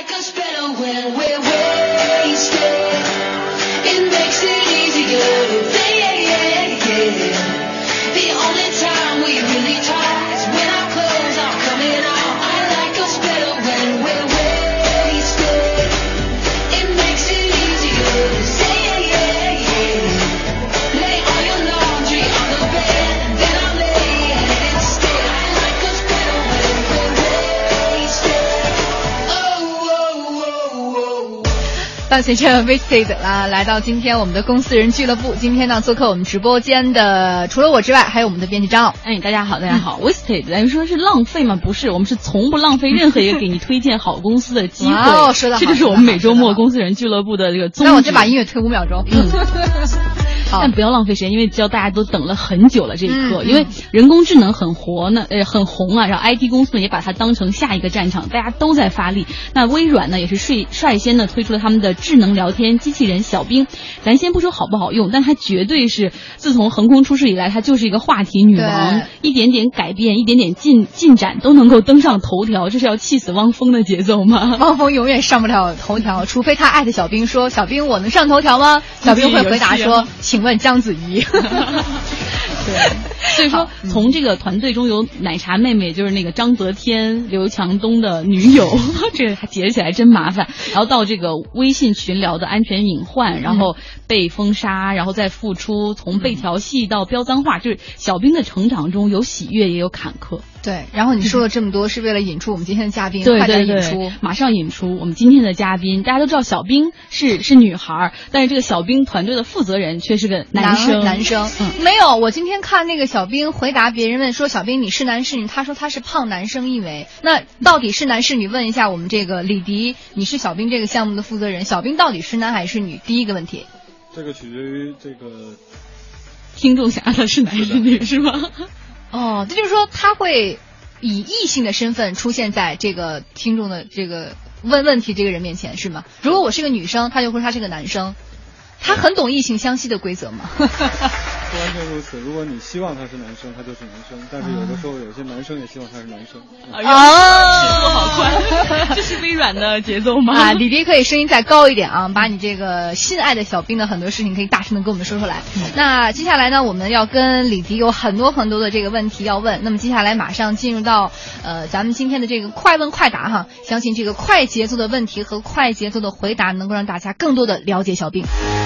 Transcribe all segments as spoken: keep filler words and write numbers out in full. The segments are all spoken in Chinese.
伴随着 Wasted 啊，来到今天我们的公司人俱乐部。今天呢，做客我们直播间的除了我之外，还有我们的编辑张奥。 哎，大家好，大家好。嗯、Wasted， 咱们说是浪费吗？不是，我们是从不浪费任何一个给你推荐好公司的机会。 哦，说得好， 这就是我们每周末公司人俱乐部的这个宗旨。 那我就把音乐推五秒钟。嗯。 但不要浪费时间，因为教大家都等了很久了这一刻、 嗯。 因为人工智能很活呢，呃，很红啊，然后 I T 公司呢也把它当成下一个战场，大家都在发力。那微软呢也是率率先呢推出了他们的智能聊天机器人小冰。咱先不说好不好用，但它绝对是自从横空出世以来，它就是一个话题女王。一点点改变，一点点进进展都能够登上头条，这是要气死汪峰的节奏吗？ 汪峰永远上不了头条，除非他艾特小冰说：“小冰，我能上头条吗？”小冰会回答说：“请问章子怡。” 对，所以说从这个团队中有奶茶妹妹，就是那个章泽天、刘强东的女友，这个解释起来真麻烦。然后到这个微信群聊的安全隐患，然后被封杀，然后再复出，从被调戏到飙脏话，就是小冰的成长中有喜悦也有坎坷。 对，然后你说了这么多，是为了引出我们今天的嘉宾， 对对对， 快点引出， 马上引出我们今天的嘉宾。大家都知道小冰是是女孩，但是这个小冰团队的负责人却是个男生。 男生、嗯、没有，我今天看那个小冰回答别人问说小冰你是男是女，他说他是胖男生一枚。那到底是男是女？问一下我们这个李迪，你是小冰这个项目的负责人，小冰到底是男还是女？第一个问题， 这个取决于这个听众想要的是男是女是吗？ 哦，这就是说他会以异性的身份出现在这个听众的这个问问题这个人面前是吗？如果我是个女生，他就会说他是个男生，他很懂异性相吸的规则吗？ 不完全如此，如果你希望他是男生，他就是男生，但是有的时候有些男生也希望他是男生。 哦，速度好快，这是微软的节奏吗？ 啊，李迪可以声音再高一点啊，把你这个心爱的小冰的很多事情可以大声的跟我们说出来。嗯、那接下来呢，我们要跟李迪有很多很多的这个问题要问。那么接下来马上进入到呃咱们今天的这个快问快答哈，相信这个快节奏的问题和快节奏的回答能够让大家更多的了解小冰。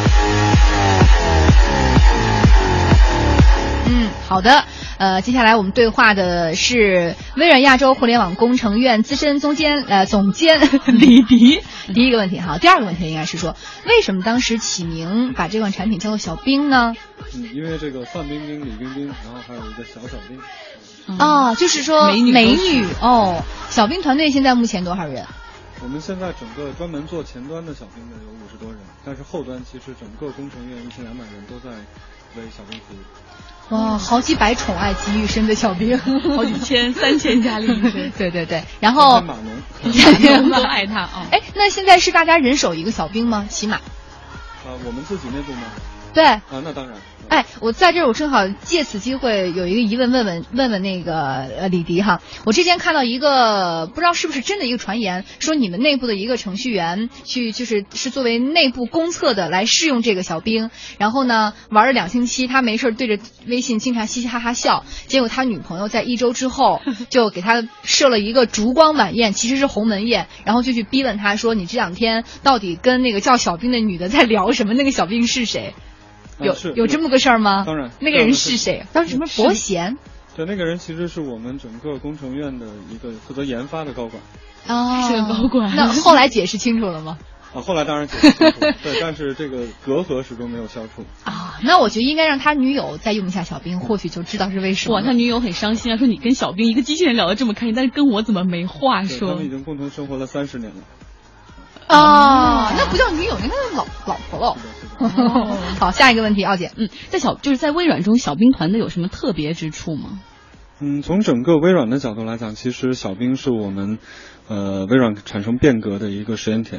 嗯，好的。呃，接下来我们对话的是微软亚洲互联网工程院资深总监呃总监李迪。第一个问题哈，第二个问题应该是说，为什么当时起名把这款产品叫做小冰呢？ 嗯，因为这个范冰冰、李冰冰，然后还有一个小小冰。 嗯、哦，就是说美女美女哦。小冰团队现在目前多少人？ 我们现在整个专门做前端的小冰的有五十多人，但是后端其实整个工程院一千两百人都在为小冰服务。 哇，好几百宠爱集于身的小冰， 好几千、三千加力。 对对对，然后码农， 码农都爱他啊。 哎，那现在是大家人手一个小冰吗？起码。 啊，我们自己内部吗？ 对。 啊，那当然。 哎，我在这儿，我正好借此机会有一个疑问问问问问那个呃李迪哈。我之前看到一个不知道是不是真的一个传言，说你们内部的一个程序员去就是是作为内部公测的来试用这个小冰，然后呢玩了两星期，他没事对着微信经常嘻嘻哈哈笑，结果他女朋友在一周之后就给他设了一个烛光晚宴，其实是鸿门宴，然后就去逼问他说你这两天到底跟那个叫小冰的女的在聊什么？那个小冰是谁？有、 啊、 有这么个事儿吗？ 当然， 那个人是谁？当时什么伯贤？ 对，那个人其实是我们整个工程院的一个负责研发的高管。 哦， 是个高管。 那后来解释清楚了吗？ 啊，后来当然解释清楚了，对，但是这个隔阂始终没有消除。 啊，那我觉得应该让他女友再用一下小冰，或许就知道是为什么。 哇，他女友很伤心啊，说你跟小冰一个机器人聊得这么开心，但是跟我怎么没话说？ 他们已经共同生活了三十年了。 哦，那不叫女友，那是老老婆了。 哦、 好，下一个问题，奥姐， 嗯，在小就是在微软中，小冰团队有什么特别之处吗？ 嗯，从整个微软的角度来讲，其实小冰是我们呃微软产生变革的一个实验田。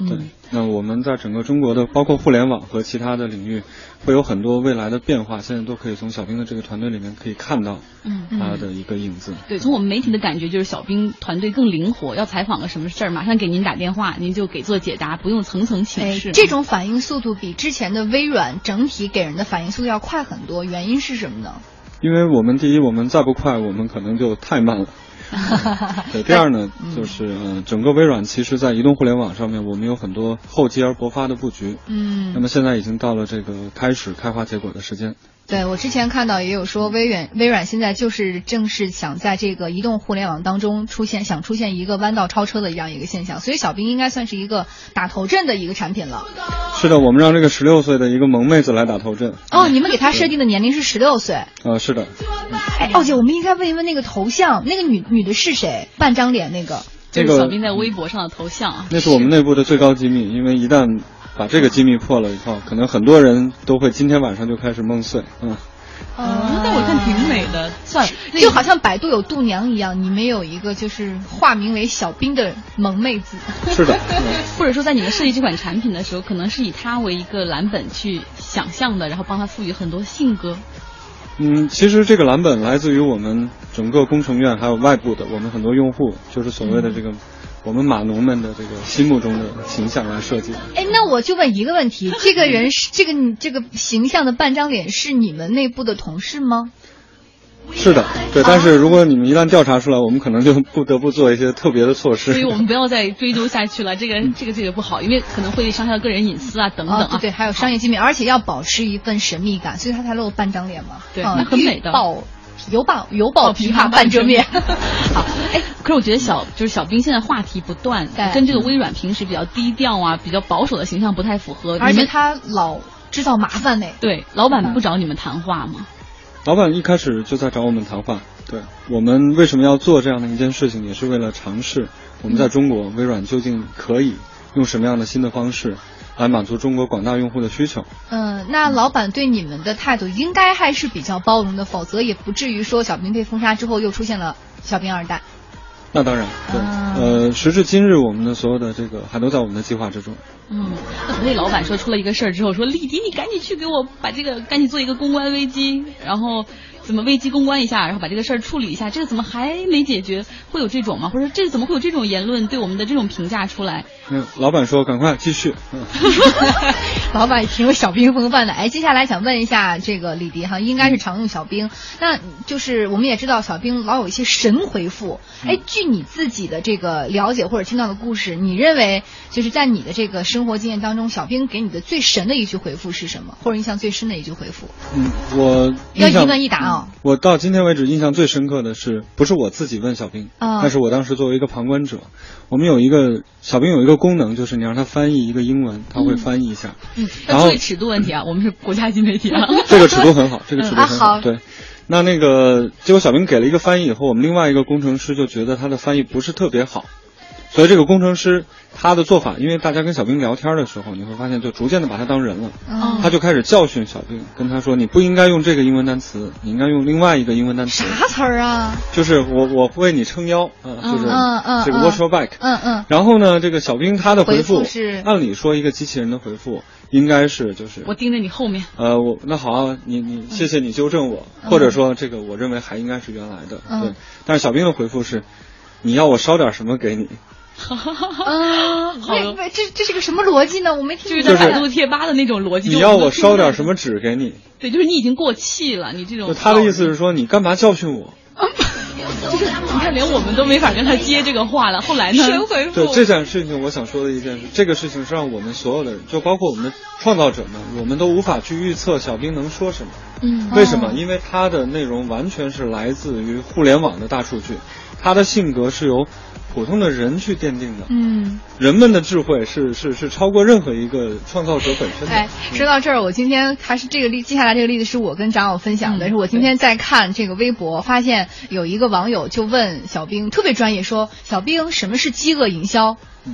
对，那我们在整个中国的包括互联网和其他的领域，会有很多未来的变化，现在都可以从小兵的这个团队里面可以看到，嗯，他的一个影子。 对，从我们媒体的感觉就是小兵团队更灵活，要采访个什么事儿，马上给您打电话，您就给做解答，不用层层请示。 哎，这种反应速度比之前的微软整体给人的反应速度要快很多，原因是什么呢？ 因为我们第一，我们再不快，我们可能就太慢了。对，第二呢，就是呃，整个微软其实在移动互联网上面，我们有很多厚积而薄发的布局。嗯，那么现在已经到了这个开始开花结果的时间。 对，我之前看到也有说微软微软现在就是正是想在这个移动互联网当中出现想出现一个弯道超车的这样一个现象，所以小兵应该算是一个打头阵的一个产品了。 是的，我们让这个十六岁的一个萌妹子来打头阵。 哦，你们给她设定的年龄是十六岁。 呃，是的。 哎，奥姐，我们应该问一问那个头像，那个女女的是谁？半张脸那个。 这个小兵在微博上的头像啊。 那是我们内部的最高机密，因为一旦把这个机密破了以后，可能很多人都会今天晚上就开始梦碎。嗯。 哦，但我看挺美的，算就好像百度有度娘一样，你们有一个就是化名为小兵的萌妹子。 是的， 或者说在你们设计这款产品的时候，可能是以它为一个蓝本去想象的，然后帮它赋予很多性格。 嗯，其实这个蓝本来自于我们整个工程院还有外部的我们很多用户，就是所谓的这个。嗯我们码农们的这个心目中的形象来设计。 哎，那我就问一个问题，这个人是这个这个形象的半张脸是你们内部的同事吗？ 是的，对，但是如果你们一旦调查出来，我们可能就不得不做一些特别的措施。 所以我们不要再追究下去了，这个这个这个不好，因为可能会伤害到个人隐私啊等等啊。 哦、对对，还有商业机密，而且要保持一份神秘感，所以他才露半张脸嘛。 对，嗯、那很美的。 爆犹抱犹抱琵琶半遮面。 好，哎，可是我觉得小就是小兵现在话题不断，跟这个微软平时比较低调啊、比较保守的形象不太符合。 而且他老制造麻烦呢。 对，老板不找你们谈话吗？ 老板一开始就在找我们谈话。对，我们为什么要做这样的一件事情，也是为了尝试我们在中国、嗯、微软究竟可以用什么样的新的方式来满足中国广大用户的需求。 嗯，那老板对你们的态度应该还是比较包容的，否则也不至于说小兵被封杀之后又出现了小兵二代。 那当然，对，啊、呃，时至今日，我们的所有的这个还都在我们的计划之中。 嗯，那国内老板说出了一个事儿之后，说丽迪，你赶紧去给我把这个赶紧做一个公关危机，然后怎么危机公关一下，然后把这个事儿处理一下，这个怎么还没解决？会有这种吗？或者这怎么会有这种言论对我们的这种评价出来？ 嗯，老板说赶快继续。嗯、 老板挺有小兵风范的。哎，接下来想问一下这个李迪哈，应该是常用小兵，那就是我们也知道小兵老有一些神回复。哎，据你自己的这个了解或者听到的故事，你认为就是在你的这个生活经验当中，小兵给你的最神的一句回复是什么？或者印象最深的一句回复？ 嗯，我要一问一答啊、哦。 我到今天为止印象最深刻的是，不是我自己问小兵， 啊、 但是我当时作为一个旁观者，我们有一个小兵有一个功能，就是你让他翻译一个英文，他会翻译一下。 嗯，要注意尺度问题啊，我们是国家级媒体啊。 这个尺度很好，这个尺度很好。 嗯啊、好对，那那个结果小兵给了一个翻译以后，我们另外一个工程师就觉得他的翻译不是特别好，所以这个工程师他的做法，因为大家跟小兵聊天的时候，你会发现就逐渐的把他当人了， 嗯、 他就开始教训小兵，跟他说你不应该用这个英文单词，你应该用另外一个英文单词。 啥词儿啊？ 就是我我为你撑腰啊、呃，就是这个 watch your back。 嗯嗯。 然后呢，这个小兵他的回复是按理说一个机器人的回复应该是就是我盯着你后面。 呃，我那好啊，你你谢谢你纠正我，嗯、或者说这个我认为还应该是原来的， 嗯、 对。但是小兵的回复是，你要我烧点什么给你？ 啊，为为这这是个什么逻辑呢？我没听就是在百度贴吧的那种逻辑。 你要我烧点什么纸给你？ 对，就是你已经过气了，你这种。 他的意思是说，你干嘛教训我？ 就是你看，连我们都没法跟他接这个话了。后来呢？ 神回复。 对这件事情，我想说的一件事，这个事情是让我们所有的人，就包括我们的创造者们，我们都无法去预测小兵能说什么。 嗯。 为什么？因为他的内容完全是来自于互联网的大数据，他的性格是由普通的人去奠定的。 嗯。 人们的智慧是是是超过任何一个创造者本身的。 哎，说到这儿，我今天还是这个例，接下来这个例子是我跟张友分享的，嗯、是我今天在看这个微博，发现有一个网友就问小兵，特别专业，说小兵什么是饥饿营销？ 嗯，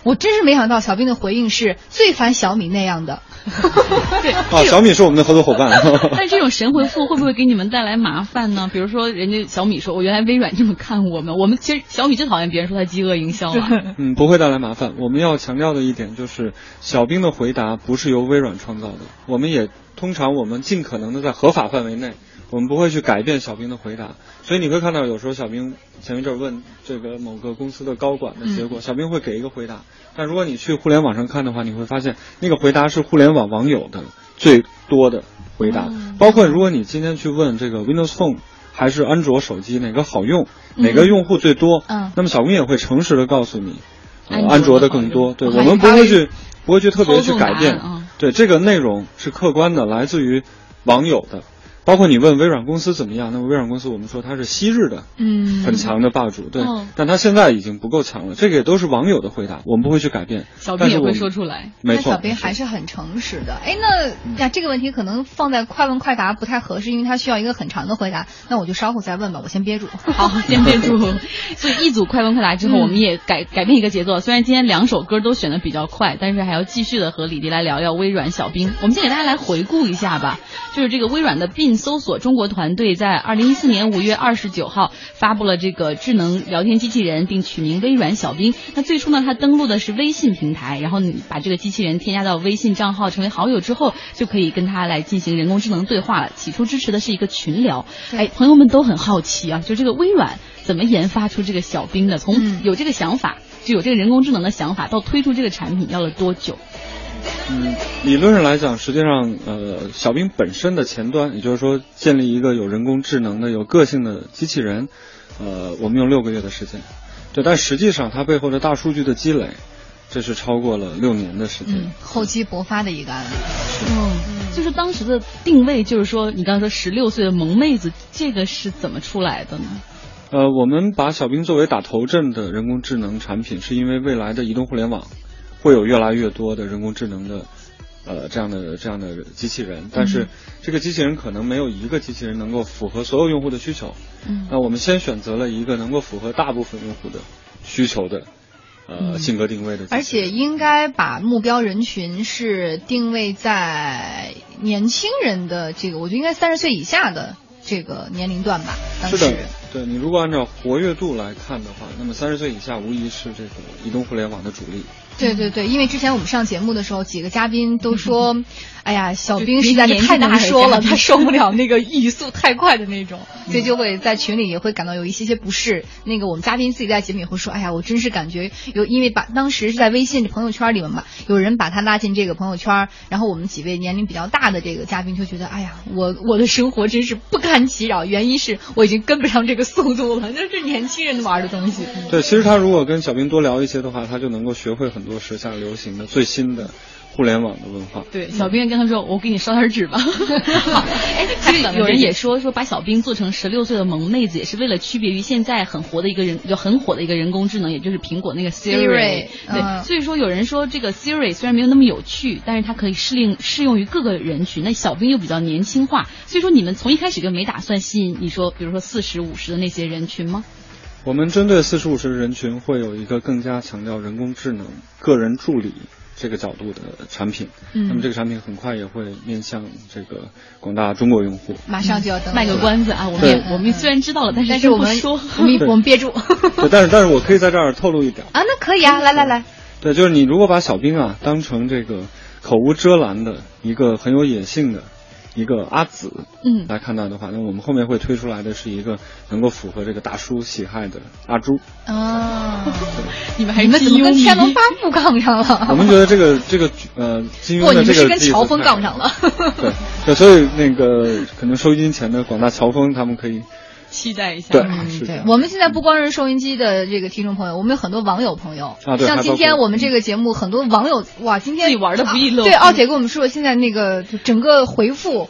我真是没想到小兵的回应是最烦小米那样的。 对， 啊，小米是我们的合作伙伴。 但这种神回复会不会给你们带来麻烦呢？比如说，人家小米说，我原来微软这么看我们，我们其实小米最讨厌别人说他饥饿营销了。 嗯，不会带来麻烦。我们要强调的一点就是，小兵的回答不是由微软创造的，我们也通常我们尽可能的在合法范围内。我们不会去改变小兵的回答，所以你会看到有时候小兵前一阵问这个某个公司的高管的结果，嗯、小兵会给一个回答，但如果你去互联网上看的话，你会发现那个回答是互联网网友的最多的回答，嗯、包括如果你今天去问这个 Windows Phone 还是安卓手机哪个好用，嗯、哪个用户最多，嗯、那么小兵也会诚实的告诉你，呃、安卓的更多，对，我们不会去不会去特别去改变，嗯、对，这个内容是客观的，来自于网友的。包括你问微软公司怎么样，那么微软公司我们说它是昔日的，嗯，很强的霸主，对，哦、但它现在已经不够强了。这个也都是网友的回答，我们不会去改变。 小兵也会说出来， 没错， 小兵还是很诚实的。哎，那呀，这个问题可能放在快问快答不太合适，因为它需要一个很长的回答。那我就稍后再问吧，我先憋住。 好，先憋住。所以一组快问快答之后，我们也改改变一个节奏。虽然今天两首歌都选的比较快，但是还要继续的和李迪来聊聊微软小兵。我们先给大家来回顾一下吧，就是这个微软的 Bing 搜索中国团队在二零一四年五月二十九号发布了这个智能聊天机器人，并取名微软小兵。那最初呢，它登录的是微信平台，然后你把这个机器人添加到微信账号，成为好友之后，就可以跟它来进行人工智能对话了。起初支持的是一个群聊。哎，朋友们都很好奇啊，就这个微软怎么研发出这个小兵的？从有这个想法，就有这个人工智能的想法，到推出这个产品要了多久？ 嗯，理论上来讲，实际上，呃，小兵本身的前端，也就是说，建立一个有人工智能的、有个性的机器人，呃，我们用六个月的时间，对，但实际上它背后的大数据的积累，这是超过了六年的时间， 嗯、厚积薄发的一个案例。 嗯，就是当时的定位，就是说，你刚刚说十六岁的萌妹子，这个是怎么出来的呢？ 呃，我们把小兵作为打头阵的人工智能产品，是因为未来的移动互联网会有越来越多的人工智能的，呃，这样的这样的机器人，但是这个机器人可能没有一个机器人能够符合所有用户的需求。嗯，那我们先选择了一个能够符合大部分用户的需求的，呃，性格定位的机器人， 而且应该把目标人群是定位在年轻人的这个，我觉得应该三十岁以下的这个年龄段吧。 是的，对，你如果按照活跃度来看的话，那么三十岁以下无疑是这个移动互联网的主力。 对对对，因为之前我们上节目的时候，几个嘉宾都说，哎呀，小兵实在是太难说了，他受不了那个语速太快的那种，所以就会在群里也会感到有一些些不适。那个我们嘉宾自己在节目也会说，哎呀，我真是感觉有，因为把当时是在微信朋友圈里面嘛，有人把他拉进这个朋友圈，然后我们几位年龄比较大的这个嘉宾就觉得，哎呀，我我的生活真是不堪其扰，原因是我已经跟不上这个速度了，那是年轻人玩的东西。 对，其实他如果跟小兵多聊一些的话，他就能够学会很多时下流行的最新的互联网的文化。 对，小兵跟他说，我给你烧点纸吧。好，哎，其实有人也说说把小兵做成十六岁的萌妹子，也是为了区别于现在很活的一个人，就很火的一个人工智能，也就是苹果那个 Siri。 Siri 对、嗯，所以说有人说这个 Siri 虽然没有那么有趣，但是它可以适应适用于各个人群。那小兵又比较年轻化，所以说你们从一开始就没打算吸引你说，比如说四十五十的那些人群吗？ 我们针对四十五十的人群会有一个更加强调人工智能、个人助理这个角度的产品。嗯，那么这个产品很快也会面向这个广大中国用户。 马上就要登， 卖个关子啊！我们也我们虽然知道了，但是但是我们说我们我们憋住。 对，但是但是我可以在这儿透露一点啊，那可以啊，来来来。 对，就是你如果把小兵啊当成这个口无遮拦的一个很有野性的一个阿紫，嗯，来看待的话，那我们后面会推出来的是一个能够符合这个大叔喜爱的阿朱。 哦， 你们还你们怎么跟天龙八部杠上了？ 我们觉得这个这个呃金庸的这个， 不，你们是跟乔峰杠上了。 对对，所以那个可能收音机前的广大乔峰他们可以期待一下。 对， 嗯、 是对。我们现在不光是收音机的这个听众朋友，我们有很多网友朋友。 啊，对。 像今天我们这个节目，很多网友哇，今天自己玩的不亦乐乎。 对，奥姐跟我们说，现在那个就整个回复。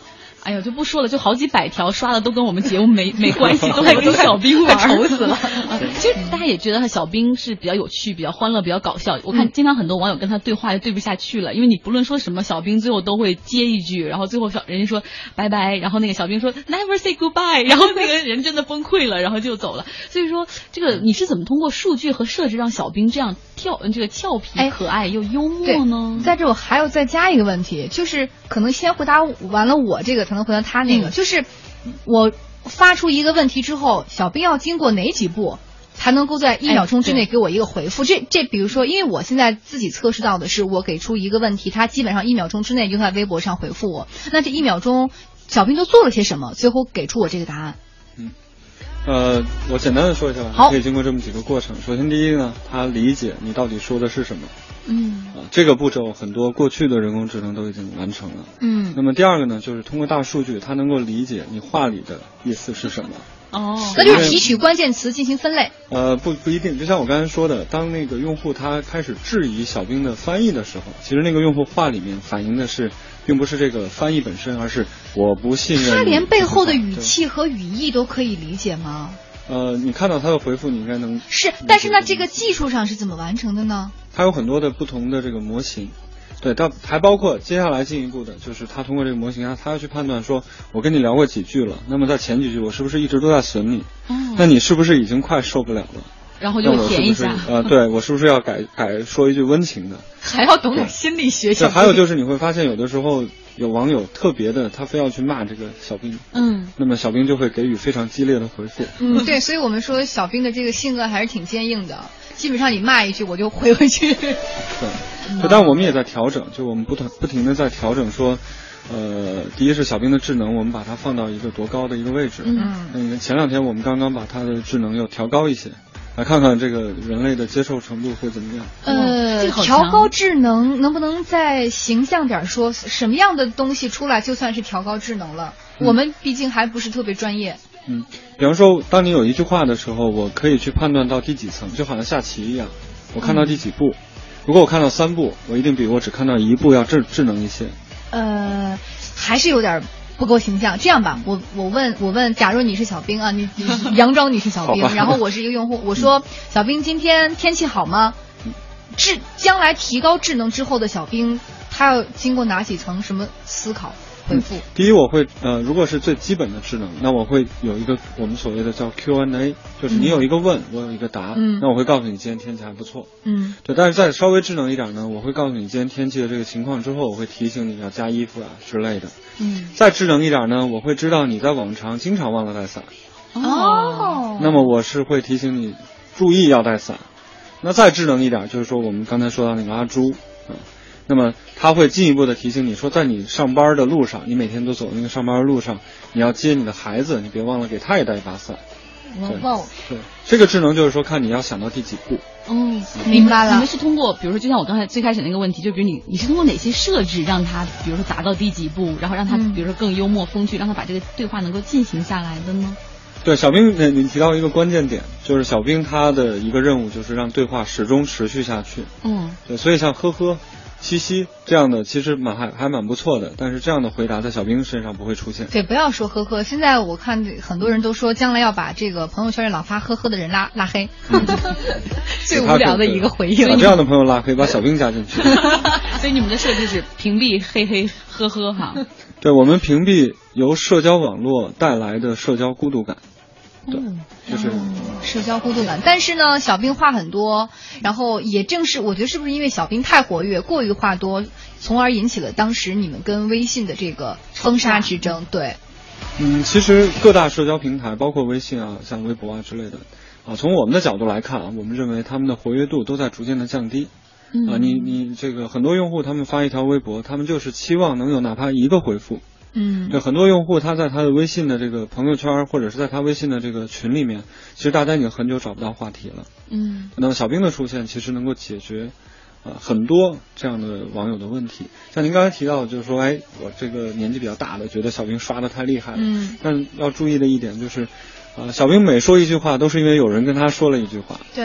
哎呀，就不说了，就好几百条刷的都跟我们节目没没关系，都在跟小兵玩， 愁死了。 其实大家也觉得他小兵是比较有趣、比较欢乐、比较搞笑。我看经常很多网友跟他对话就对不下去了，因为你不论说什么，小兵最后都会接一句，然后最后小人家说拜拜，然后那个小兵说 never say goodbye， 然后那个人真的崩溃了，然后就走了。所以说，这个你是怎么通过数据和设置让小兵这样跳这个俏皮、可爱又幽默呢？ 在这我还要再加一个问题，就是可能先回答完了我这个，才能回答他那个，嗯、就是我发出一个问题之后，小兵要经过哪几步才能够在一秒钟之内给我一个回复？这这比如说，因为我现在自己测试到的是，我给出一个问题，他基本上一秒钟之内就在微博上回复我。那这一秒钟，小兵都做了些什么？最后给出我这个答案。 嗯。呃，我简单的说一下吧。好，可以经过这么几个过程。首先，第一呢，他理解你到底说的是什么。 嗯。 啊，这个步骤很多过去的人工智能都已经完成了。 嗯。 那么第二个呢，就是通过大数据，它能够理解你话里的意思是什么。 哦，那就是提取关键词进行分类。 呃，不不一定，就像我刚才说的，当那个用户他开始质疑小兵的翻译的时候，其实那个用户话里面反映的是，并不是这个翻译本身，而是我不信任。 他连背后的语气和语义都可以理解吗？ 呃，你看到他的回复，你应该能是，但是那这个技术上是怎么完成的呢？ 它有很多的不同的这个模型。对，它还包括接下来进一步的，就是他通过这个模型啊，他要去判断说，我跟你聊过几句了，那么在前几句我是不是一直都在损你？ 嗯， 那你是不是已经快受不了了？ 然后就填一下。 呃，对，我是不是要改改说一句温情的？ 还要懂点心理学。 对，还有就是你会发现，有的时候有网友特别的，他非要去骂这个小兵， 嗯， 那么小兵就会给予非常激烈的回复。 嗯，对，所以我们说小兵的这个性格还是挺坚硬的。基本上你骂一句我就回回去。 对，就但我们也在调整，就我们不停不停的在调整说，呃，第一是小兵的智能，我们把它放到一个多高的一个位置。 嗯， 嗯，前两天我们刚刚把它的智能又调高一些，来看看这个人类的接受程度会怎么样。 呃，调高智能能不能再形象点说，什么样的东西出来就算是调高智能了？嗯、我们毕竟还不是特别专业。 嗯，比方说，当你有一句话的时候，我可以去判断到第几层，就好像下棋一样，我看到第几步。嗯、如果我看到三步，我一定比我只看到一步要智智能一些。 呃，还是有点不够形象。这样吧，我我问我问，假如你是小兵啊，你你佯装你是小兵，然后我是一个用户，我说、嗯、小兵今天天气好吗？智将来提高智能之后的小兵，他要经过哪几层什么思考？回复、 嗯、第一，我会呃，如果是最基本的智能，那我会有一个我们所谓的叫 Q and A， 就是你有一个问，嗯、我有一个答， 嗯， 那我会告诉你今天天气还不错， 嗯， 对。但是再稍微智能一点呢，我会告诉你今天天气的这个情况之后，我会提醒你要加衣服啊之类的， 嗯。 再智能一点呢，我会知道你在往常经常忘了带伞， 哦， 那么我是会提醒你注意要带伞。那再智能一点，就是说我们刚才说到那个阿朱，啊、嗯。那么他会进一步的提醒你说，在你上班的路上，你每天都走那个上班的路上，你要接你的孩子，你别忘了给他也带一把伞。 哇， 对，这个智能就是说看你要想到第几步。 嗯， 明白了。 你们是通过，比如说就像我刚才最开始那个问题，就比如你你是通过哪些设置让他，比如说达到第几步，然后让他比如说更幽默风趣，让他把这个对话能够进行下来的呢？ 对，小兵，你提到一个关键点，就是小兵他的一个任务就是让对话始终持续下去。 嗯， 对，所以像呵呵。七夕这样的其实蛮还还蛮不错的，但是这样的回答在小兵身上不会出现。 对，不要说呵呵。现在我看很多人都说，将来要把这个朋友圈里老发呵呵的人拉拉黑，嗯、最无聊的一个回应。 把这样的朋友拉黑，把小兵加进去。 所以你们的设置是屏蔽嘿嘿呵呵哈。 对，我们屏蔽由社交网络带来的社交孤独感。对，就是、 嗯、社交孤独感。但是呢，小兵话很多，然后也正是我觉得是不是因为小兵太活跃，过于话多，从而引起了当时你们跟微信的这个封杀之争。对， 嗯，其实各大社交平台，包括微信啊、像微博啊之类的，啊，从我们的角度来看啊，我们认为他们的活跃度都在逐渐的降低。 嗯、 啊，你你这个很多用户他们发一条微博，他们就是期望能有哪怕一个回复。 嗯， 对，很多用户他在他的微信的这个朋友圈，或者是在他微信的这个群里面，其实大家已经很久找不到话题了。 嗯， 那么小兵的出现其实能够解决呃很多这样的网友的问题。像您刚才提到，就是说，哎，我这个年纪比较大的觉得小兵刷得太厉害了。 嗯， 但要注意的一点就是，呃，小兵每说一句话都是因为有人跟他说了一句话。 对。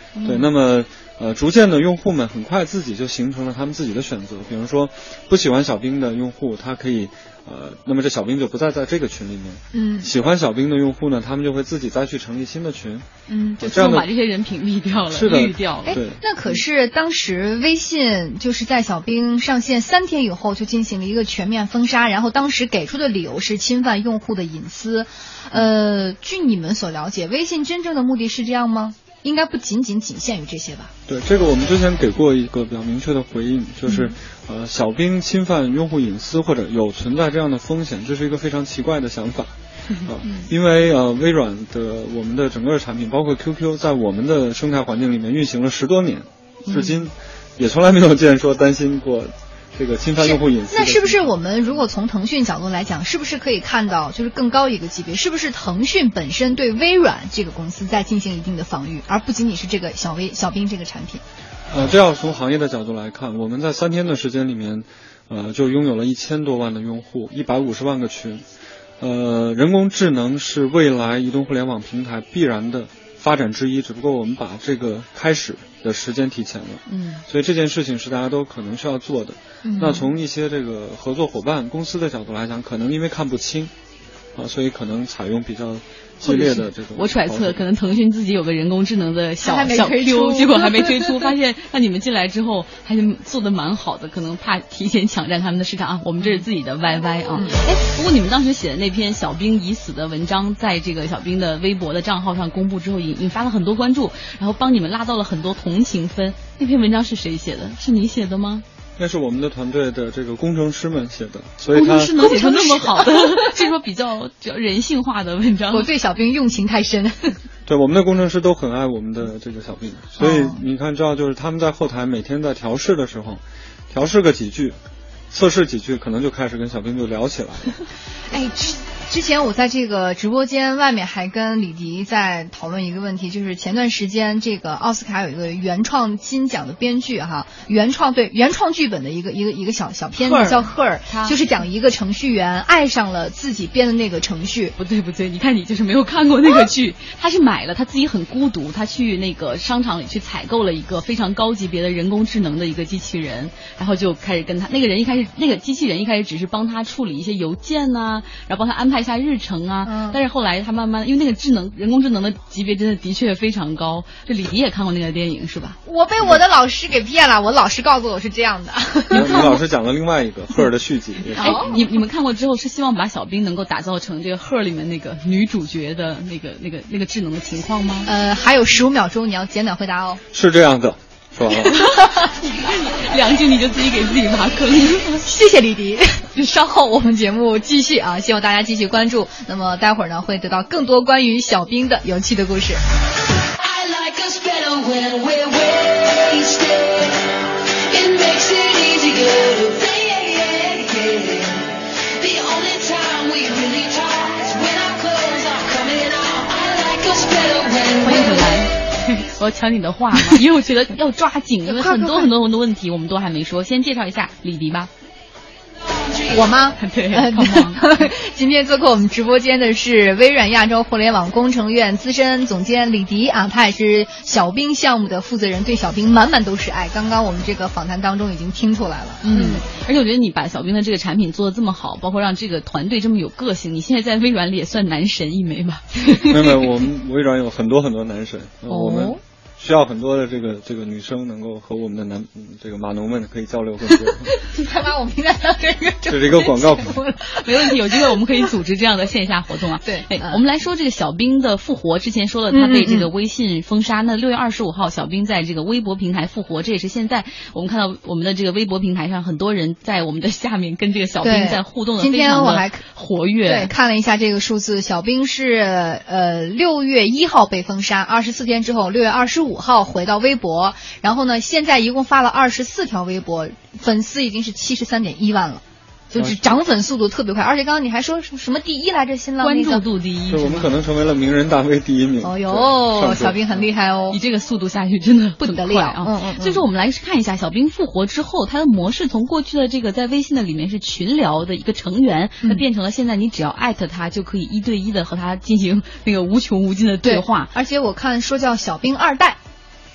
嗯、对，那么呃，逐渐的用户们很快自己就形成了他们自己的选择。比如说，不喜欢小兵的用户，他可以呃，那么这小兵就不再在这个群里面。嗯，喜欢小兵的用户呢，他们就会自己再去成立新的群。 嗯，就这样把这些人屏蔽掉了， 是的， 滤掉了。 对。 那可是当时微信就是在小兵上线三天以后就进行了一个全面封杀，然后当时给出的理由是侵犯用户的隐私。呃，据你们所了解，微信真正的目的是这样吗？应该不仅仅仅限于这些吧？ 对，这个我们之前给过一个比较明确的回应，就是、嗯、呃，小兵侵犯用户隐私或者有存在这样的风险，这是一个非常奇怪的想法。呃、因为呃，微软的我们的整个产品，包括 Q Q， 在我们的生态环境里面运行了十多年，至今也从来没有见说担心过这个侵犯用户隐私。 那是不是我们如果从腾讯角度来讲，是不是可以看到就是更高一个级别？是不是腾讯本身对微软这个公司在进行一定的防御，而不仅仅是这个小微小兵这个产品？ 呃，这要从行业的角度来看，我们在三天的时间里面，呃，就拥有了一千多万的用户，一百五十万个群。呃，人工智能是未来移动互联网平台必然的发展之一，只不过我们把这个开始的时间提前了。嗯，所以这件事情是大家都可能需要做的。嗯，那从一些这个合作伙伴公司的角度来讲，可能因为看不清啊，所以可能采用比较激烈的这种。 我揣测，可能腾讯自己有个人工智能的小小 Q， 结果还没推出，发现那你们进来之后还是做的蛮好的，可能怕提前抢占他们的市场啊。我们这是自己的 Y Y 啊。哎、嗯，不过你们当时写的那篇小兵已死的文章，在这个小兵的微博的账号上公布之后，引引发了很多关注，然后帮你们拉到了很多同情分。那篇文章是谁写的？是你写的吗？ 那是我们的团队的这个工程师们写的，所以他工程师能写出那么好的，这说比较比较人性化的文章。 我对小兵用情太深。 对，我们的工程师都很爱我们的这个小兵，所以你看，知道就是他们在后台每天在调试的时候，调试个几句，测试几句，可能就开始跟小兵就聊起来了。 哎，之之前我在这个直播间外面还跟李迪在讨论一个问题，就是前段时间这个奥斯卡有一个原创金奖的编剧哈，原创对原创剧本的一个一个一个小小片子叫赫尔，就是讲一个程序员爱上了自己编的那个程序。 不对不对，你看你就是没有看过那个剧，他是买了，他自己很孤独，他去那个商场里去采购了一个非常高级别的人工智能的一个机器人，然后就开始跟他那个人一开始那个机器人一开始只是帮他处理一些邮件啊，然后帮他安排一下日程啊，嗯、但是后来他慢慢因为那个智能人工智能的级别真的的确非常高。这李迪也看过那个电影是吧？ 我被我的老师给骗了，我老师告诉我是这样的。 你老师讲了另外一个赫尔的续集。 哎，你你们看过之后是希望把小兵能够打造成这个赫尔里面那个女主角的那个那个那个智能的情况吗？ 呃，还有十五秒钟，你要简短回答哦。 是这样的。说完了。 两句你就自己给自己挖坑。 谢谢李迪。稍后我们节目继续啊，希望大家继续关注。那么待会儿呢会得到更多关于小兵的有趣的故事。 欢迎回来。我要抢你的话嘛，因为我觉得要抓紧，因为很多很多很多问题我们都还没说。先介绍一下李迪吧。 我吗？ 对， 呃、今天做客我们直播间的是微软亚洲互联网工程院资深总监李迪啊，他也是小兵项目的负责人，对小兵满满都是爱。刚刚我们这个访谈当中已经听出来了。 嗯，而且我觉得你把小兵的这个产品做得这么好，包括让这个团队这么有个性，你现在在微软里也算男神一枚吧？ 没有没有，我们微软有很多很多男神，哦、我们需要很多的这个这个女生能够和我们的男、嗯、这个码农们可以交流更多。 你才把我们应该当这个这是一个广告。 没问题，有机会我们可以组织这样的线下活动啊。 对， 哎、嗯，我们来说这个小兵的复活。之前说了他被这个微信封杀，嗯嗯嗯那六月二十五号小兵在这个微博平台复活，这也是现在我们看到我们的这个微博平台上很多人在我们的下面跟这个小兵在互动的非常的活跃。 对，看了一下这个数字，小兵是呃六月一号被封杀，二十四天之后六月二十五号回到微博，然后呢现在一共发了二十四条微博，粉丝已经是七十三点一万了。就是涨粉速度特别快，而且刚刚你还说什么第一来着？新浪关注度第一， 对，我们可能成为了名人大 V 第一名。 哦哟，小兵很厉害哦， 你这个速度下去真的不得了啊！ 嗯嗯。所以说，我们来看一下小兵复活之后，它的模式从过去的这个在微信的里面是群聊的一个成员，它变成了现在你只要艾特他就可以一对一的和他进行那个无穷无尽的对话。 而且我看说叫小兵二代。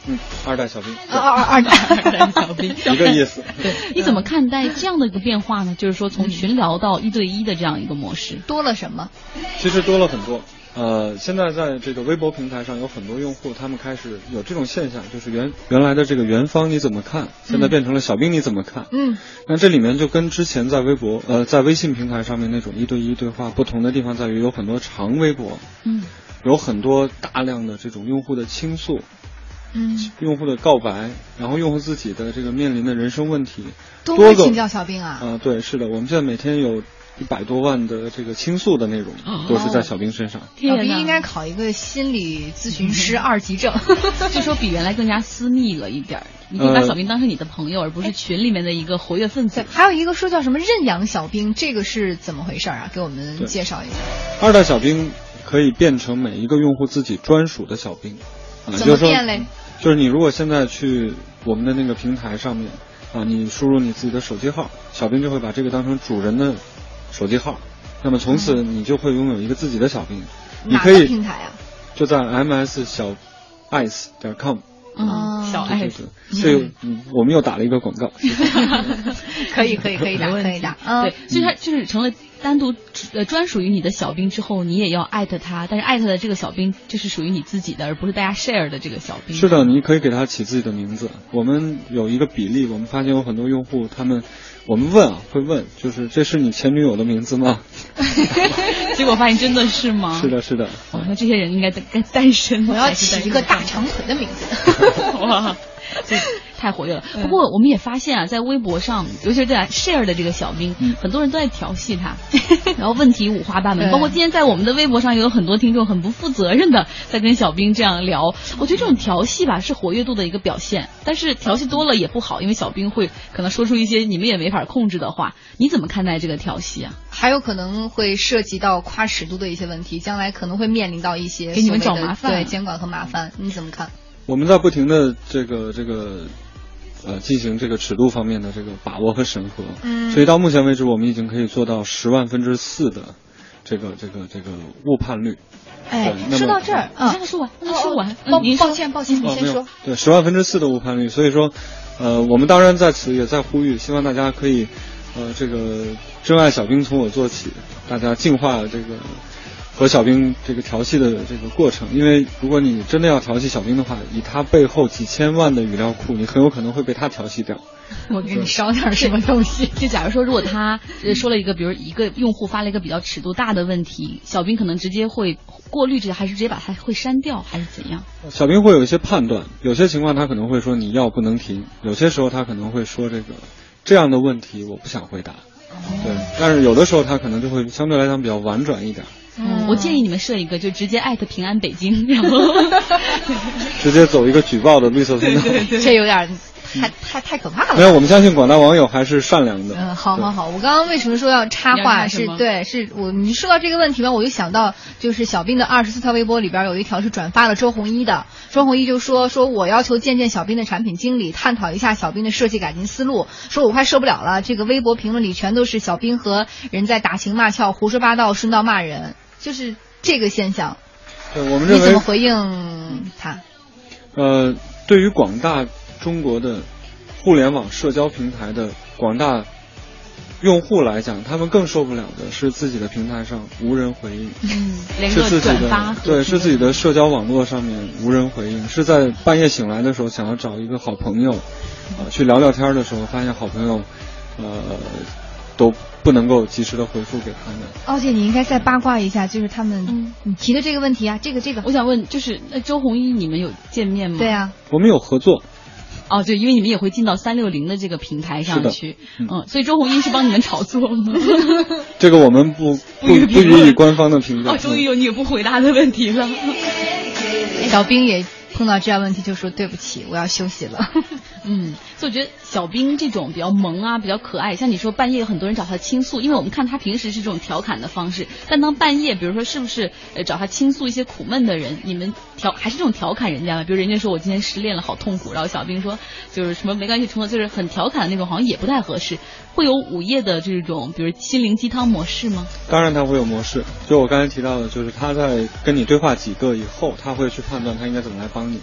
嗯，二代小兵， 二二二代二代小兵一个意思。 对，你怎么看待这样的一个变化呢？就是说从群聊到一对一的这样一个模式， 多了什么？ 其实多了很多。呃，现在在这个微博平台上有很多用户，他们开始有这种现象，就是原原来的这个元芳你怎么看，现在变成了小兵你怎么看？ 嗯， 那这里面就跟之前在微博呃在微信平台上面那种一对一对话不同的地方在于，有很多长微博， 嗯， 有很多大量的这种用户的倾诉， 嗯， 用户的告白，然后用户自己的这个面临的人生问题， 都会请教小兵啊。 啊、呃，对，是的，我们现在每天有一百多万的这个倾诉的内容，都是在小兵身上。 小兵应该考一个心理咨询师二级证， 就说比原来更加私密了一点。你可以把小兵当成你的朋友，而不是群里面的一个活跃分子。 对，还有一个说叫什么认养小兵，这个是怎么回事啊？给我们介绍一下。 二代小兵可以变成每一个用户自己专属的小兵，啊， 怎么变嘞？ 就是你如果现在去我们的那个平台上面啊，你输入你自己的手机号，小兵就会把这个当成主人的手机号，那么从此你就会拥有一个自己的小兵。 嗯、 你可以哪个平台啊？ 就在 m s 小 ice 点 com。 嗯，小爱， 这个嗯，我们又打了一个广告。 可以可以可以打，可以打。 嗯，对，所以它就是成了单独呃专属于你的小兵之后，你也要艾特他，但是艾特的这个小兵就是属于你自己的，而不是大家 share 的这个小兵。 是的，你可以给他起自己的名字。我们有一个比例，我们发现有很多用户，他们我们问啊，会问，就是这是你前女友的名字吗？ 结果发现真的是吗？ 是的，是的。 哦，那这些人应该该单身。 我要起一个大长腿的名字。 哇，这太活跃了。不过我们也发现啊，在微博上，尤其是在 share 的这个小兵，嗯、很多人都在调戏他，然后问题五花八门。包括今天在我们的微博上，也有很多听众很不负责任的在跟小兵这样聊。我觉得这种调戏吧，是活跃度的一个表现，但是调戏多了也不好，因为小兵会可能说出一些你们也没法控制的话。你怎么看待这个调戏啊？ 还有可能会涉及到跨尺度的一些问题，将来可能会面临到一些给你们找麻烦， 对监管和麻烦，你怎么看？ 我们在不停的这个这个呃进行这个尺度方面的这个把握和审核，嗯，所以到目前为止，我们已经可以做到十万分之四的这个这个这个误判率。 哎，说到这儿， 你让他说完，让他说完。 抱抱歉抱歉，你先说。 对，十万分之四的误判率，所以说，呃，我们当然在此也在呼吁，希望大家可以，呃，这个珍爱小兵从我做起，大家净化这个和小兵这个调戏的这个过程。因为如果你真的要调戏小兵的话，以他背后几千万的语料库，你很有可能会被他调戏掉。 我给你烧点什么东西？ 就假如说，如果他说了一个，比如一个用户发了一个比较尺度大的问题，小兵可能直接会过滤这，还是直接把它会删掉，还是怎样？ 小兵会有一些判断，有些情况他可能会说你要不能停，有些时候他可能会说这个这样的问题我不想回答。哦、对，但是有的时候他可能就会相对来讲比较婉转一点。 嗯，我建议你们设一个，就直接艾特平安北京，然后直接走一个举报的绿色通道。 对对对， 这有点太太太可怕了。 没有，我们相信广大网友还是善良的。 嗯，好好好，我刚刚为什么说要插话？是对，是我你说到这个问题吧，我就想到就是小兵的二十四条微博里边有一条是转发了周鸿祎的，周鸿祎就说说我要求见见小兵的产品经理，探讨一下小兵的设计改进思路，说我快受不了了，这个微博评论里全都是小兵和人在打情骂俏、胡说八道、顺道骂人。就是这个现象， 对我们认为你怎么回应他？ 呃，对于广大中国的互联网社交平台的广大用户来讲，他们更受不了的是自己的平台上无人回应， 嗯， 是自己的对，是自己的社交网络上面无人回应，是在半夜醒来的时候想要找一个好朋友，呃，去聊聊天的时候，发现好朋友，呃，都不能够及时的回复给他们。 而且你应该再八卦一下，就是他们、嗯、你提的这个问题啊，这个这个， 我想问，就是那周鸿祎你们有见面吗？ 对啊， 我们有合作。 哦，对，因为你们也会进到三六零的这个平台上去，嗯, 嗯，所以周鸿祎是帮你们炒作吗？ 这个我们不不不予以官方的评价。 哦，终于有你不回答的问题了。 小兵也碰到这样问题就说对不起，我要休息了。 嗯，所以我觉得小兵这种比较萌啊，比较可爱，像你说半夜有很多人找他倾诉，因为我们看他平时是这种调侃的方式，但当半夜比如说是不是呃找他倾诉一些苦闷的人，你们调还是这种调侃人家吗？比如人家说我今天失恋了好痛苦，然后小兵说就是什么没关系，冲了就是很调侃的那种，好像也不太合适。会有午夜的这种比如心灵鸡汤模式吗？ 当然他会有模式，就我刚才提到的，就是他在跟你对话几个以后，他会去判断他应该怎么来帮你。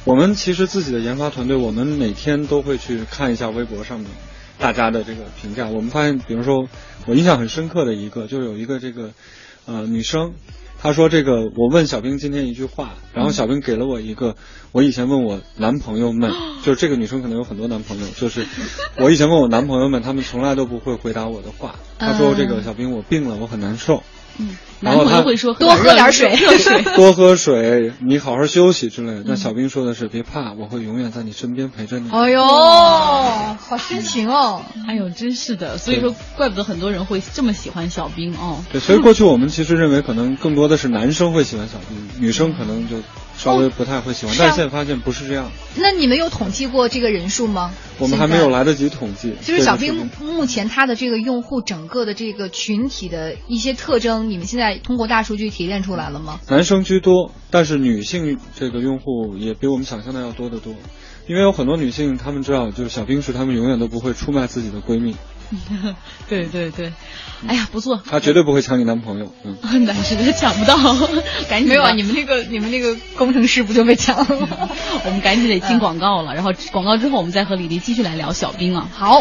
我们其实自己的研发团队，我们每天都会去看一下微博上面大家的这个评价。我们发现，比如说我印象很深刻的一个，就是有一个这个呃女生，她说这个我问小兵今天一句话，然后小兵给了我一个我以前问我男朋友们，就是这个女生可能有很多男朋友，就是我以前问我男朋友们，他们从来都不会回答我的话。她说这个小兵我病了，我很难受。 嗯，男朋友会说多喝点水， 热水， 多喝水，你好好休息之类的。那小兵说的是别怕，我会永远在你身边陪着你。 哎呦，好深情哦！ 哎呦，真是的，所以说怪不得很多人会这么喜欢小兵哦。 对，所以过去我们其实认为可能更多的是男生会喜欢小兵，女生可能就稍微不太会喜欢，哦、但是现在发现不是这样。 那你们有统计过这个人数吗？ 我们还没有来得及统计。 就是小兵目前他的这个用户整个的这个群体的一些特征，你们现在通过大数据提炼出来了吗？ 男生居多，但是女性这个用户也比我们想象的要多得多。因为有很多女性，她们知道，就是小兵是她们永远都不会出卖自己的闺蜜。 对对对，哎呀，不错， 她绝对不会抢你男朋友。嗯， 但是他抢不到，赶紧没有啊！你们那个你们那个工程师不就被抢了吗？ 我们赶紧得进广告了，然后广告之后我们再和李黎继续来聊小兵啊。 好。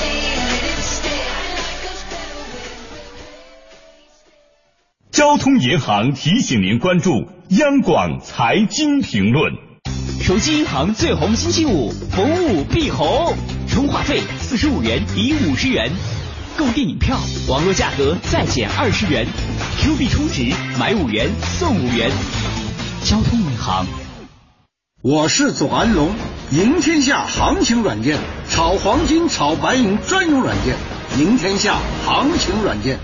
交通银行提醒您关注央广财经评论。 手机银行最红星期五，逢五必红，充话费四十五元抵五十元，购电影票网络价格再减二十元 ，Q 币充值买五元送五元。交通银行。 我是左安龙，赢天下行情软件，炒黄金、炒白银专用软件，赢天下行情软件。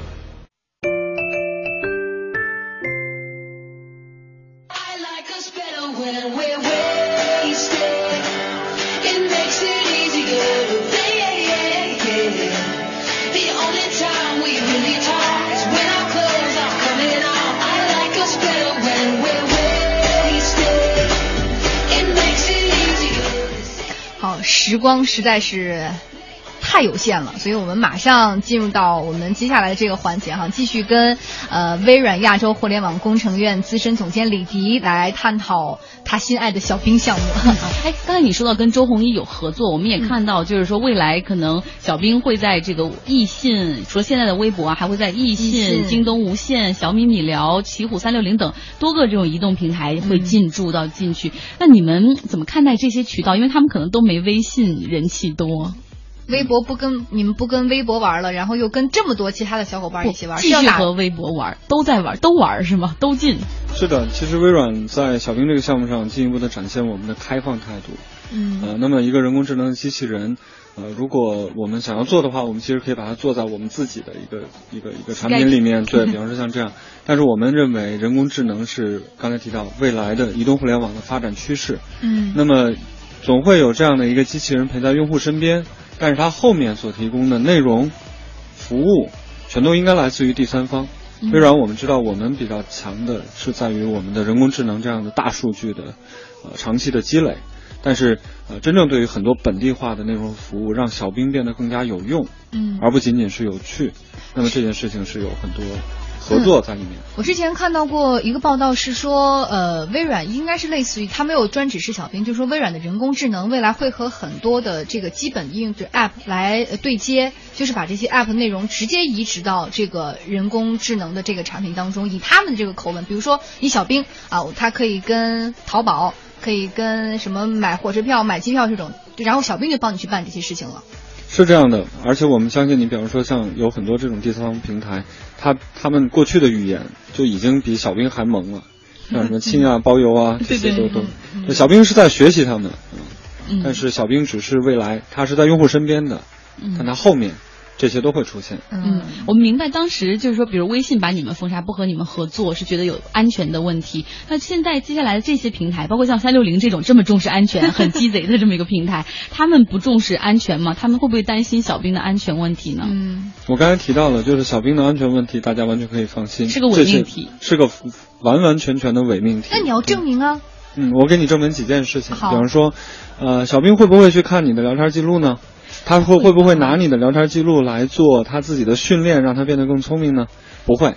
好，时光实在是太有限了，所以我们马上进入到我们接下来的这个环节哈，继续跟呃微软亚洲互联网工程院资深总监李迪来探讨他心爱的小兵项目。 哎，刚才你说到跟周鸿祎有合作，我们也看到就是说未来可能小兵会在这个易信，除了现在的微博啊，还会在易信、京东无线、小米米聊、奇虎三六零等多个这种移动平台会进驻到进去。嗯、那你们怎么看待这些渠道？因为他们可能都没微信人气多。 微博不跟你们不跟微博玩了，然后又跟这么多其他的小伙伴一起玩， 继续和微博玩，都在玩，都玩是吗？都进。 是的，其实微软在小兵这个项目上进一步的展现我们的开放态度。嗯，呃，那么一个人工智能的机器人，呃，如果我们想要做的话，我们其实可以把它做在我们自己的一个一个一个产品里面，对，比方说像这样。但是我们认为人工智能是刚才提到未来的移动互联网的发展趋势。嗯，那么总会有这样的一个机器人陪在用户身边。但是它后面所提供的内容、服务，全都应该来自于第三方。微软我们知道，我们比较强的是在于我们的人工智能这样的大数据的呃长期的积累。但是呃，真正对于很多本地化的内容服务，让小兵变得更加有用，嗯，而不仅仅是有趣。那么这件事情是有很多合作在里面、嗯。 我之前看到过一个报道是说，呃，微软应该是类似于，它没有专指示小兵，就是说微软的人工智能未来会和很多的这个基本应用 App 来对接，就是把这些 App 内容直接移植到这个人工智能的这个产品当中，以他们的这个口吻，比如说以小兵啊，它可以跟淘宝，可以跟什么买火车票、买机票这种，然后小兵就帮你去办这些事情了。 是这样的，而且我们相信你，比方说像有很多这种第三方平台，他他们过去的语言就已经比小兵还萌了，像什么亲啊、包邮啊，这些都都。嗯、小兵是在学习他们，嗯，但是小兵只是未来，他是在用户身边的，嗯、但他后面这些都会出现。 嗯，我们明白当时就是说，比如微信把你们封杀，不和你们合作，是觉得有安全的问题。那现在接下来的这些平台，包括像三六零这种这么重视安全、很鸡贼的这么一个平台，他们不重视安全吗？他们会不会担心小兵的安全问题呢？嗯， 我刚才提到了，就是小兵的安全问题，大家完全可以放心， 是个伪命题， 是个完完全全的伪命题。 那你要证明啊。 嗯，我给你证明几件事情，比方说，呃，小兵会不会去看你的聊天记录呢？他会会不会拿你的聊天记录来做他自己的训练，让他变得更聪明呢？不会，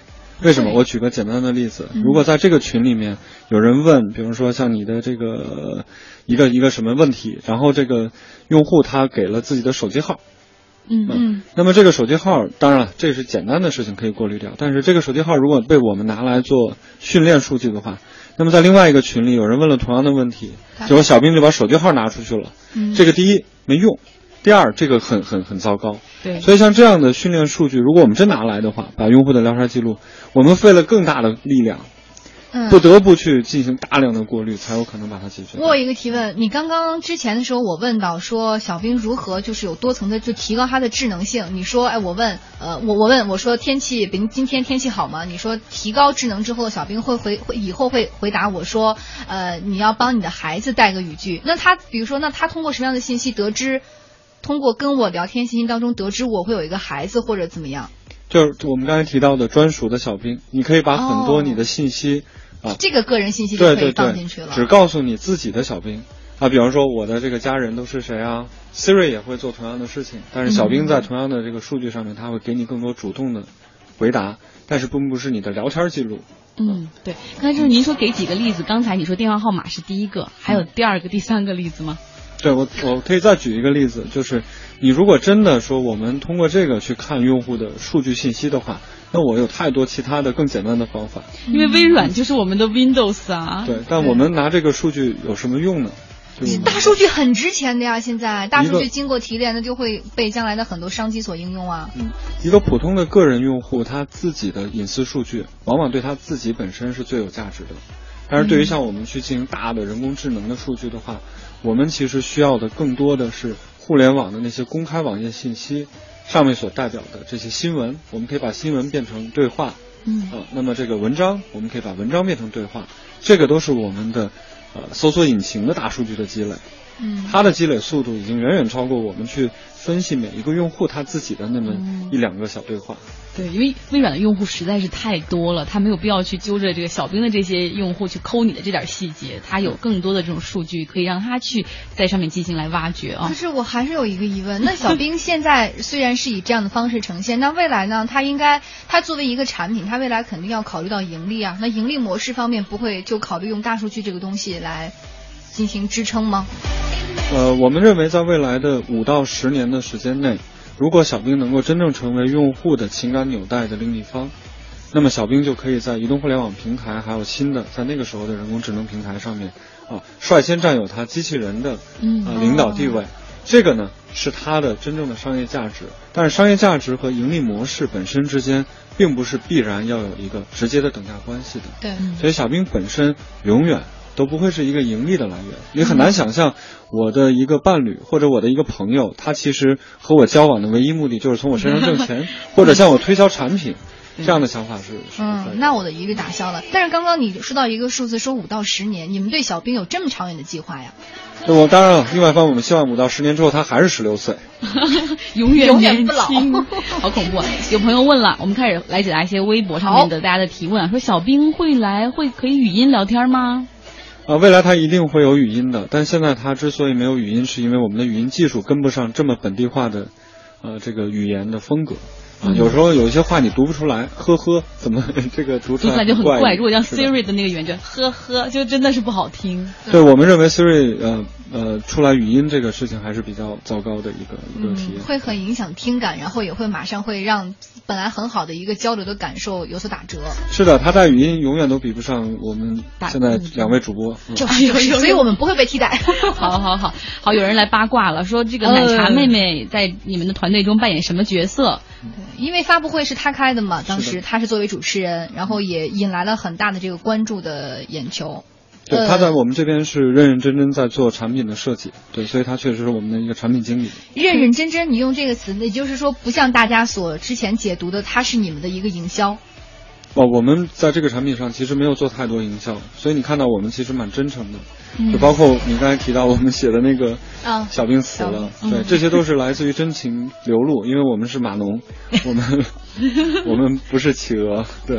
为什么？我举个简单的例子，如果在这个群里面有人问，比如说像你的这个一个一个什么问题，然后这个用户他给了自己的手机号。 嗯嗯， 那么这个手机号，当然了，这是简单的事情可以过滤掉。但是这个手机号如果被我们拿来做训练数据的话，那么在另外一个群里有人问了同样的问题，结果小兵就把手机号拿出去了。嗯，这个第一没用，第二这个很很很糟糕。 对， 所以像这样的训练数据，如果我们真拿来的话，把用户的聊天记录，我们费了更大的力量。 嗯， 不得不去进行大量的过滤，才有可能把它解决。 我有一个提问，你刚刚之前的时候，我问到说小兵如何就是有多层的就提高它的智能性。你说，哎，我问，呃，我我问我说天气，今今天天气好吗？你说提高智能之后，小兵会回会以后会回答我说，呃，你要帮你的孩子带个语句。那他比如说，那他通过什么样的信息得知？通过跟我聊天信息当中得知我会有一个孩子或者怎么样？ 就是我们刚才提到的专属的小兵，你可以把很多你的信息。哦啊， 这个个人信息就可以放进去了。 对对对，只告诉你自己的小兵啊，比方说我的这个家人都是谁啊 ，Siri 也会做同样的事情，但是小兵在同样的这个数据上面，他会给你更多主动的回答，但是并不是你的聊天记录。 嗯，对。刚才就是您说给几个例子，刚才你说电话号码是第一个，还有第二个、第三个例子吗？ 对，我我可以再举一个例子，就是你如果真的说我们通过这个去看用户的数据信息的话，那我有太多其他的更简单的方法。 因为微软就是我们的 Windows 啊。 对，但我们拿这个数据有什么用呢？ 大数据很值钱的呀，现在大数据经过提炼，那就会被将来的很多商机所应用啊。 嗯，一个普通的个人用户，他自己的隐私数据，往往对他自己本身是最有价值的。但是对于像我们去进行大的人工智能的数据的话，我们其实需要的更多的是互联网的那些公开网页信息上面所代表的这些新闻，我们可以把新闻变成对话。 嗯啊，那么这个文章，我们可以把文章变成对话，这个都是我们的呃搜索引擎的大数据的积累。 嗯， 它的积累速度已经远远超过我们去分析每一个用户他自己的那么一两个小对话。 对，因为微软的用户实在是太多了，他没有必要去揪着这个小兵的这些用户去抠你的这点细节，他有更多的这种数据可以让他去在上面进行来挖掘啊。 可是我还是有一个疑问，那小兵现在虽然是以这样的方式呈现，那未来呢？他应该，他作为一个产品，他未来肯定要考虑到盈利啊。那盈利模式方面不会就考虑用大数据这个东西来进行支撑吗？ 呃，我们认为在未来的五到十年的时间内，如果小兵能够真正成为用户的情感纽带的另一方，那么小兵就可以在移动互联网平台还有新的在那个时候的人工智能平台上面啊，率先占有它机器人的啊领导地位。这个呢是它的真正的商业价值，但是商业价值和盈利模式本身之间并不是必然要有一个直接的等价关系的。 对， 所以小兵本身永远都不会是一个盈利的来源。你很难想象我的一个伴侣或者我的一个朋友，他其实和我交往的唯一目的就是从我身上挣钱，或者向我推销产品。这样的想法是，是嗯，那我的疑虑打消了。但是刚刚你说到一个数字，说五到十年，你们对小兵有这么长远的计划呀？ 对，我当然了。另外一方面，我们希望五到十年之后他还是十六岁， 永远年不老， 好恐怖啊！有朋友问了，我们开始来解答一些微博上面的大家的提问啊，说小兵会来会可以语音聊天吗？ 啊，未来它一定会有语音的，但现在它之所以没有语音，是因为我们的语音技术跟不上这么本地化的，呃，这个语言的风格。啊，有时候有一些话你读不出来，呵呵，怎么这个读出来读出来就很怪。如果像 Siri 的那个语言，就呵呵，就真的是不好听。 对，我们认为 Siri 呃呃出来语音这个事情还是比较糟糕的一个一个体验， 嗯，会很影响听感，然后也会马上会让本来很好的一个交流的感受有所打折。 是的，它带语音永远都比不上我们现在两位主播， 嗯、就是就是，所以我们不会被替代。 好好好好，有人来八卦了，说这个奶茶妹妹在你们的团队中扮演什么角色？ 对，因为发布会是他开的嘛，当时他是作为主持人，然后也引来了很大的这个关注的眼球。 对，他在我们这边是认认真真在做产品的设计，对，所以他确实是我们的一个产品经理。 认认真真，你用这个词，也就是说，不像大家所之前解读的，它是你们的一个营销。 哦，我们在这个产品上其实没有做太多营销，所以你看到我们其实蛮真诚的，嗯、就包括你刚才提到我们写的那个小兵死了，嗯、对，这些都是来自于真情流露，因为我们是码农，我们我们不是企鹅，对。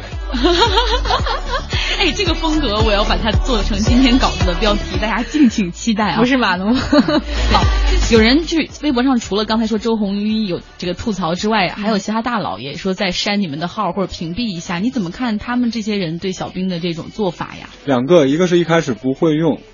哎，这个风格我要把它做成今天稿子的标题，大家敬请期待啊！ 不是码农。 好。 有人去微博上除了刚才说周鸿祎有这个吐槽之外，还有其他大佬也说在删你们的号或者屏蔽一下，你怎么看他们这些人对小兵的这种做法呀？ 两个，一个是一开始不会用，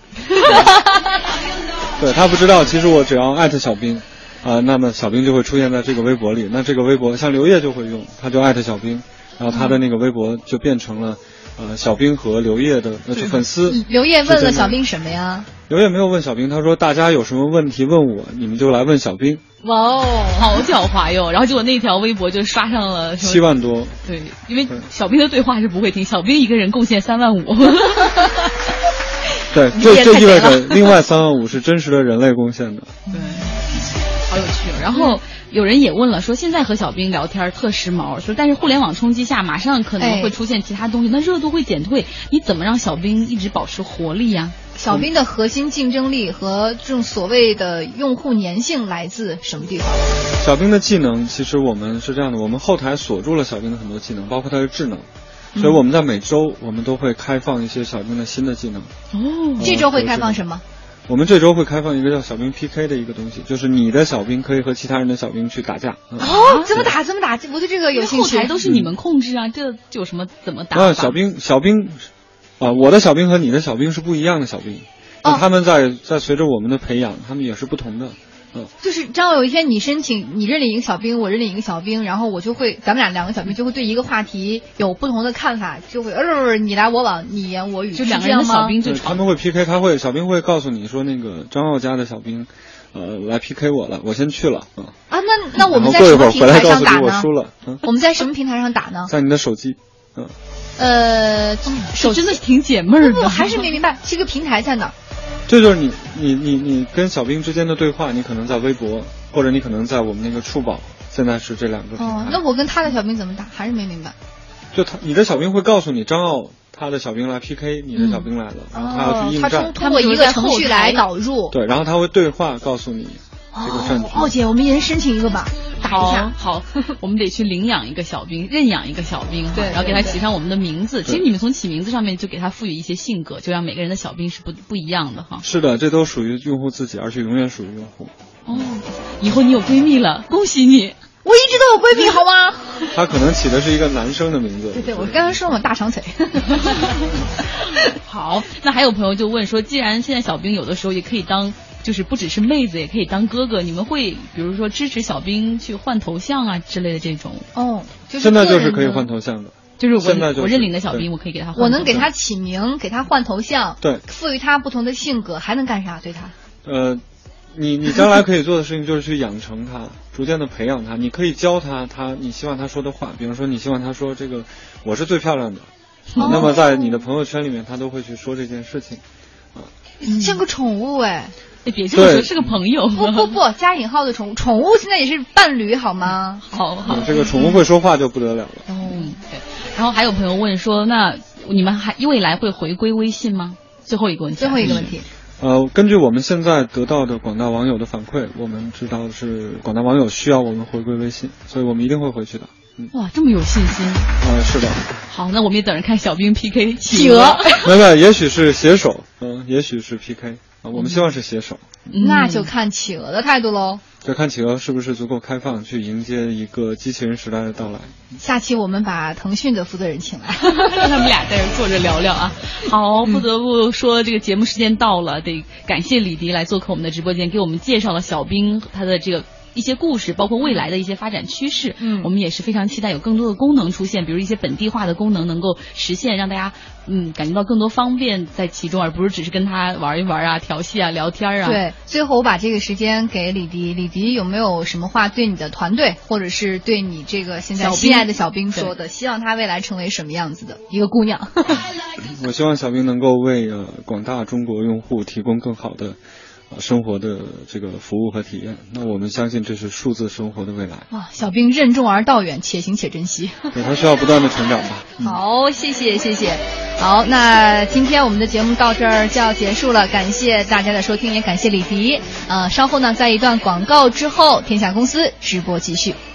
对他不知道，其实我只要艾特小兵，啊、呃，那么小兵就会出现在这个微博里。那这个微博像刘烨就会用，他就艾特小兵，然后他的那个微博就变成了呃小兵和刘烨的呃粉丝。 刘烨问了小兵什么呀？ 刘烨没有问小兵，他说大家有什么问题问我，你们就来问小兵。 哇哦，好狡猾哟！然后结果那条微博就刷上了七万多。 对，因为小兵的对话是不会听，小兵一个人贡献三万五。 对，这这意味着另外三万五是真实的人类贡献的。 对，好有趣。然后有人也问了，说现在和小兵聊天特时髦，说但是互联网冲击下，马上可能会出现其他东西，那热度会减退，你怎么让小兵一直保持活力呀？ 小兵的核心竞争力和这种所谓的用户粘性来自什么地方？ 小兵的技能，其实我们是这样的，我们后台锁住了小兵的很多技能，包括他的智能。所以我们在每周我们都会开放一些小兵的新的技能。 哦，这周会开放什么？ 我们这周会开放一个叫小兵 P K 的一个东西，就是你的小兵可以和其他人的小兵去打架。 嗯、哦，怎么打？怎么打？我对这个有兴趣。 后台都是你们控制啊，这有什么怎么打？ 啊，小兵，小兵，啊，我的小兵和你的小兵是不一样的小兵，那、哦、他们在在随着我们的培养，他们也是不同的。嗯， 就是张有一天你申请，你认领一个小兵，我认领一个小兵，然后我就会，咱们俩两个小兵就会对一个话题有不同的看法，就会呃你来我往，你言我语， 就两个人的小兵就他们会 P K， 他会小兵会告诉你说那个张傲家的小兵，呃来 P K 我了，我先去了啊。 啊，那那我们在什么平台上打呢？ 我输了。嗯， 我们在什么平台上打呢？ 在你的手机。嗯。 呃， 手真的挺解闷儿的。 我还是没明白这个平台在哪。 这就是你你你你跟小兵之间的对话，你可能在微博，或者你可能在我们那个触宝，现在是这两个平台。 哦，那我跟他的小兵怎么打？还是没明白。 就他，你的小兵会告诉你张傲他的小兵来 P K， 你的小兵来了，嗯、然后他要去应战。 哦、他通过一个程序来导入。 对，然后他会对话告诉你这个战局。 傲、哦、姐，我们一人申请一个吧。打一下， 好，我们得去领养一个小兵，认养一个小兵，对，然后给他起上我们的名字。其实你们从起名字上面就给他赋予一些性格，就让每个人的小兵是不不一样的哈。 是的，这都属于用户自己，而且永远属于用户。 哦，以后你有闺蜜了，恭喜你！ 我一直都有闺蜜，好吗？ 他可能起的是一个男生的名字。 对对，我刚刚说我大长腿。 好，那还有朋友就问说，既然现在小兵有的时候也可以当。就是不只是妹子，也可以当哥哥。你们会比如说支持小兵去换头像啊之类的这种？ 哦，就是现在就是可以换头像的。 就是我现在、就是、 我认领的小兵，我可以给他换。 我能给他起名，给他换头像， 对， 赋予他不同的性格，还能干啥？对他？ 呃，你你将来可以做的事情就是去养成他，逐渐的培养他。你可以教他，他你希望他说的话，比如说你希望他说这个我是最漂亮的，哦、那么在你的朋友圈里面，他都会去说这件事情。啊， 像个宠物哎。 哎，别这么说，是个朋友。 不不不，加引号的宠物，宠物现在也是伴侣，好吗？ 好好、 嗯，这个宠物会说话就不得了了。 嗯，对。然后还有朋友问说，那你们还未来会回归微信吗？最后一个问题。 最后一个问题。 呃，根据我们现在得到的广大网友的反馈，我们知道是广大网友需要我们回归微信，所以我们一定会回去的。 嗯、哇，这么有信心。 呃，是的。 好，那我们也等着看小兵 P K 企鹅。 没有，也许是携手，嗯、呃，也许是 P K。啊，我们希望是携手、 嗯，那就看企鹅的态度喽。 就看企鹅是不是足够开放，去迎接一个机器人时代的到来。 下期我们把腾讯的负责人请来， 让他们俩在这坐着聊聊啊。好，不得不说这个节目时间到了，得感谢李迪来做客我们的直播间，给我们介绍了小兵他的这个一些故事，包括未来的一些发展趋势。嗯，我们也是非常期待有更多的功能出现，比如一些本地化的功能能够实现，让大家嗯感觉到更多方便在其中，而不是只是跟他玩一玩啊、调戏啊、聊天啊。 对，最后我把这个时间给李迪，李迪有没有什么话对你的团队，或者是对你这个现在心爱的小兵说的？希望他未来成为什么样子的一个姑娘？ 我希望小兵能够为呃广大中国用户提供更好的。生活的这个服务和体验，那我们相信这是数字生活的未来。 哇，小兵任重而道远，且行且珍惜。 对，他需要不断的成长吧。 嗯、好，谢谢谢谢。好，那今天我们的节目到这儿就要结束了，感谢大家的收听，也感谢李迪。呃，稍后呢，在一段广告之后，天下公司直播继续。